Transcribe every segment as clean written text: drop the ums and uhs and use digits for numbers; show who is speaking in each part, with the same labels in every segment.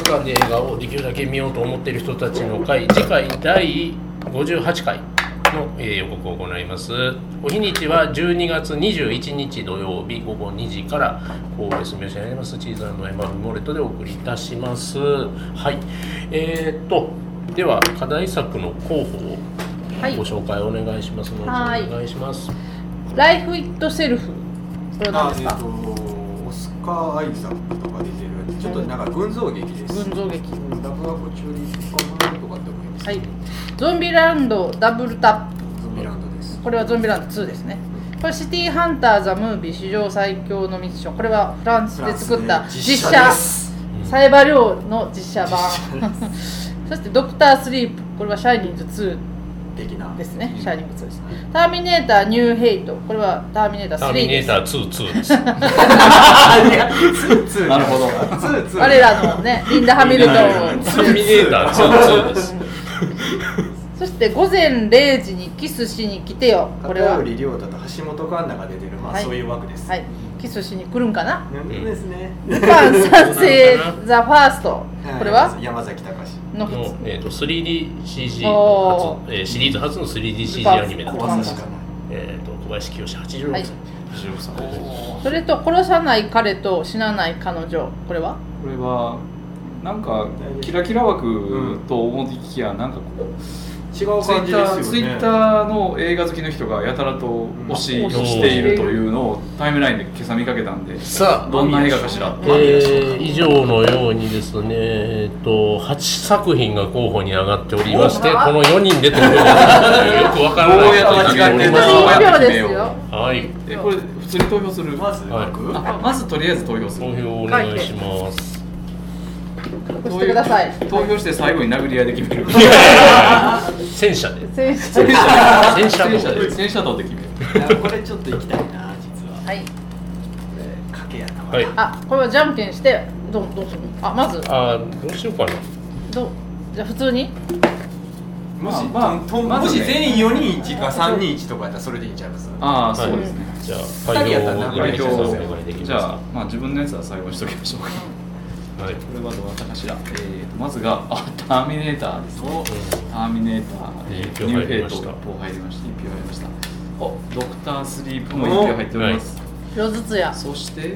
Speaker 1: 館で映画をできるだけ見ようと思っている人たちの会、次回第58回の予告を行います。お日にちは12月21日土曜日午後2時から神戸住吉にありますチーズ&エマルモレットでお送りいたします。はい。では課題作の候補をご紹介お願いしますので、お願いします。
Speaker 2: ライフ・イット・セルフ。これは何ですか？
Speaker 3: オスカー・アイザックとか出てるやつ、ちょっとなんか群像劇です。
Speaker 2: 群像劇。
Speaker 3: ラブアクチュアリーかなとかって思います。
Speaker 2: はい。ゾンビランドダブルタップ。
Speaker 3: ゾンビランドです。
Speaker 2: これはゾンビランド2ですね。これシティハンターザムービー史上最強のミッション。これはフランスで作った実写サイバリョウの実写版。そしてドクタースリープ。これはシャイニング2
Speaker 3: 的な
Speaker 2: ですね。シャイニング2です。ターミネーターニューヘイト。これはターミネーター3です。
Speaker 1: ターミネーター2です。
Speaker 3: なるほど。
Speaker 2: 我らのねリンダ・ハミルトン。
Speaker 1: ターミネーター2です。
Speaker 2: そして午前0時にキスしに来てよ。これは
Speaker 3: 片寄涼太と橋本環奈が出てる、まあそういう枠です。
Speaker 2: はい。キスしに来るんかな。
Speaker 3: ですね。
Speaker 2: ルパン三世ザファースト。これは
Speaker 3: 山崎隆
Speaker 2: の
Speaker 1: 3DCG 初、シリーズ初の 3DCG アニメだった。小林清志86歳。
Speaker 2: それと殺さない彼と死なない彼女。これは
Speaker 4: なんかキラキラ枠と思いきやなんかこう
Speaker 3: 違う感じですよね。
Speaker 4: ツイッターの映画好きの人がやたらと推ししているというのをタイムラインで今朝見かけたんで、
Speaker 1: さあ
Speaker 4: どんな映画かしら。
Speaker 1: 以上のようにですね、8作品が候補に上がっておりまして、この4人で投票するというよくわからない。
Speaker 4: どうやって決めよう。
Speaker 1: はい。
Speaker 4: これ普通に投票する。まずとりあえず投票する。
Speaker 1: 投票お願いします。
Speaker 2: 投
Speaker 4: 票して最後に殴り合いで決める。
Speaker 1: 戦車で。
Speaker 2: 戦
Speaker 4: 車道で決め
Speaker 3: る。これちょっと行きたいな、実は。
Speaker 2: はい。
Speaker 3: これ賭けやな。
Speaker 1: はい。
Speaker 2: これはじゃんけんしてどうする？まず。
Speaker 1: どうしようかな。
Speaker 2: じゃあ普通に。
Speaker 3: もし全員4人1か3人1とかやったらそれでいいんちゃいます？
Speaker 1: そうですね。じゃあ
Speaker 4: じゃあ自分のやつは最後にしときましょうか。これはどうだったかしら。まずがターミネーターですね。ターミネーター、ニューヘイトが1票入りました。1票入りました。ドクタースリープも1票入っております。
Speaker 2: 1票ずつや。
Speaker 4: そして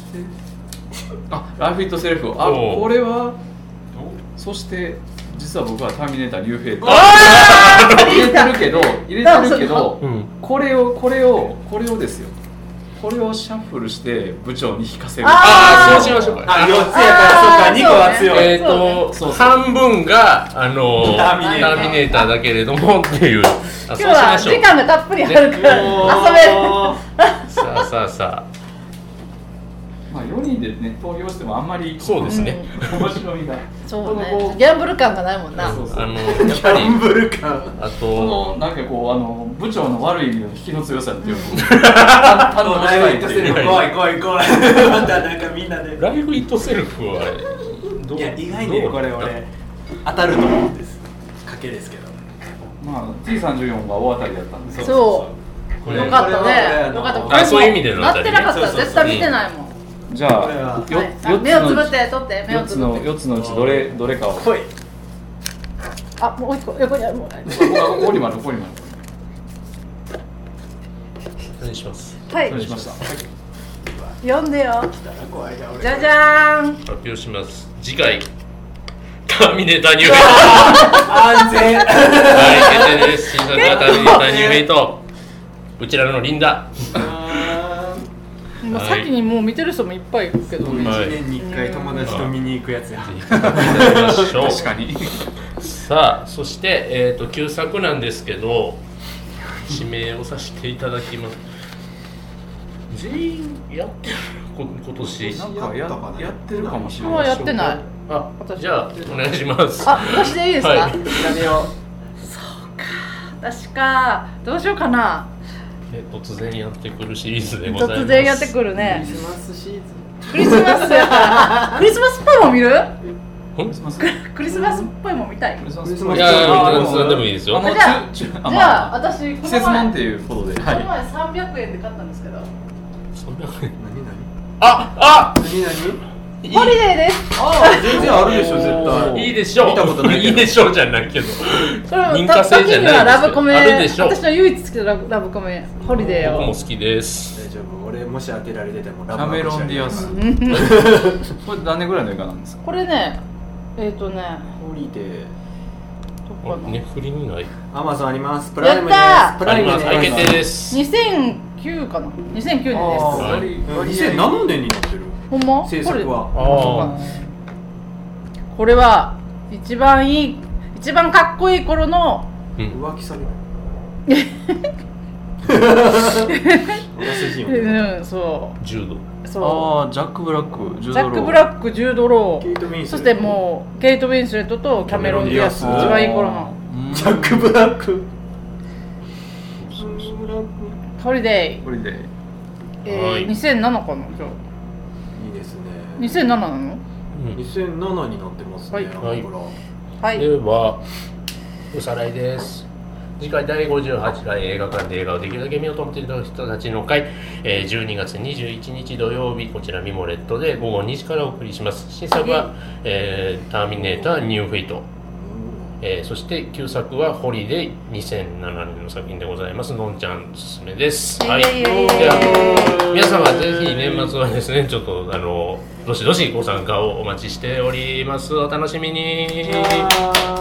Speaker 4: ライフ・イット・セルフ。これはそして実は僕はターミネーターニューヘイト入れてるけど、これをですよ。これをシャッフルして部長に引かせる。
Speaker 1: そうしましょうか。
Speaker 3: 4つやから2個は強い。
Speaker 1: 半分がターミネーターだけれどもっていう。
Speaker 2: 今日は時間がたっぷりあるから遊べる。
Speaker 1: さあ。
Speaker 4: 4人でね投票してもあんまり
Speaker 1: そうですね。
Speaker 4: 面白みが。
Speaker 2: そうね。ギャンブル感がないもんな。
Speaker 1: やっぱり
Speaker 4: あとなんかこう部長の悪い意味の引きの強さっていうのを
Speaker 3: ライフ・イット・セルフ怖いまたなんかみんなで
Speaker 1: ライフ・イット・セルフは
Speaker 3: 意外にこれ俺当たると思うんです。賭けですけど。
Speaker 4: T34 が大当たりだったんです。
Speaker 2: そう。よかったね。よかった。
Speaker 1: そういう意味での当たり。
Speaker 2: なってなかったら絶対見てないもん。
Speaker 4: じゃあ
Speaker 2: 目をつぶって取って目をつぶって
Speaker 4: 4つのうちどれかを。
Speaker 2: もう1個横にある。
Speaker 4: ここにもある。
Speaker 1: お願いします。
Speaker 2: はい。
Speaker 4: お願いしました。
Speaker 2: 読んでよ。じゃじゃーん。
Speaker 1: 発表します。次回ターミネーターニューヘイト。
Speaker 3: 安全。
Speaker 1: はい決定です。新作はターミネーターニューヘイト。うちらのリンダ。
Speaker 2: 先にもう見てる人もいっぱいいるけど、
Speaker 3: 1年に1回友達と見に行くやつや。
Speaker 1: 確かに。さあ、そして旧作なんですけど指名をさせていただきます。全員やってる今年。
Speaker 4: なんかやってるかもしれない。
Speaker 2: やってない。
Speaker 1: じゃあお願いします。
Speaker 2: 私でいいですか？
Speaker 3: やめよう。
Speaker 2: そうか。私か。どうしようかな。
Speaker 1: 突然やってくるシリーズでございます。
Speaker 2: 突然やってくるね。
Speaker 3: クリスマスシーズン。
Speaker 2: クリスマスやからクリスマスっぽいもん見る？クリスマスっぽいもん見たい？
Speaker 1: いやでもいいですよ。
Speaker 2: じゃあ私
Speaker 4: 季節もんっていうことで。
Speaker 2: この前300円で買ったんですけど。
Speaker 1: 300円？
Speaker 3: 何？
Speaker 1: 何？
Speaker 2: ホリデーです。
Speaker 3: 全然あるでしょ絶対。
Speaker 1: いいでしょう。
Speaker 3: 見たことないけど。
Speaker 1: いいでしょうじゃないけど。
Speaker 2: それ
Speaker 1: 認可制じゃないですけど。
Speaker 2: ラブコメ。
Speaker 1: あるでしょう。
Speaker 2: 私の唯一好きなラブコメホリデーを。
Speaker 1: 僕も好きです。
Speaker 3: 大丈夫。俺もし当てられてても
Speaker 4: キャメロンディアス。これ何年ぐらいの映画なんですか？
Speaker 2: これね、
Speaker 3: ホリデー。
Speaker 1: ネフリにない。
Speaker 3: アマゾンあります。プライムです。プライムです。
Speaker 1: 決定です。
Speaker 2: 2009かな。2009年です。
Speaker 3: 2007年になってる。
Speaker 2: ほんま？
Speaker 3: 制作は。
Speaker 2: これは一番かっこいい頃の
Speaker 3: 浮気される。
Speaker 2: そう。
Speaker 1: 柔道。
Speaker 2: そう。
Speaker 4: ジャック・ブラック、
Speaker 2: ジャック・ブラック、ジュード・ロー、そしてもうケイト・ウィンスレットとキャメロン・ディアス、一番いい頃の
Speaker 3: ジャック・ブラック、
Speaker 2: ホリデー、2007かな、今日。
Speaker 3: いいですね。
Speaker 2: 2007なの
Speaker 3: ？2007になってますね。
Speaker 2: はい。
Speaker 1: ではおさらいです。次回第58回映画館で映画をできるだけ見ようと思っている人たちの会、12月21日土曜日、こちらミモレットで午後2時からお送りします。新作は、ターミネーターニューフェイト、そして旧作はホリデー、2007年の作品でございます。のんちゃんおすすめです。はい、では皆様ぜひ年末はですね、ちょっとどしどしご参加をお待ちしております。お楽しみに。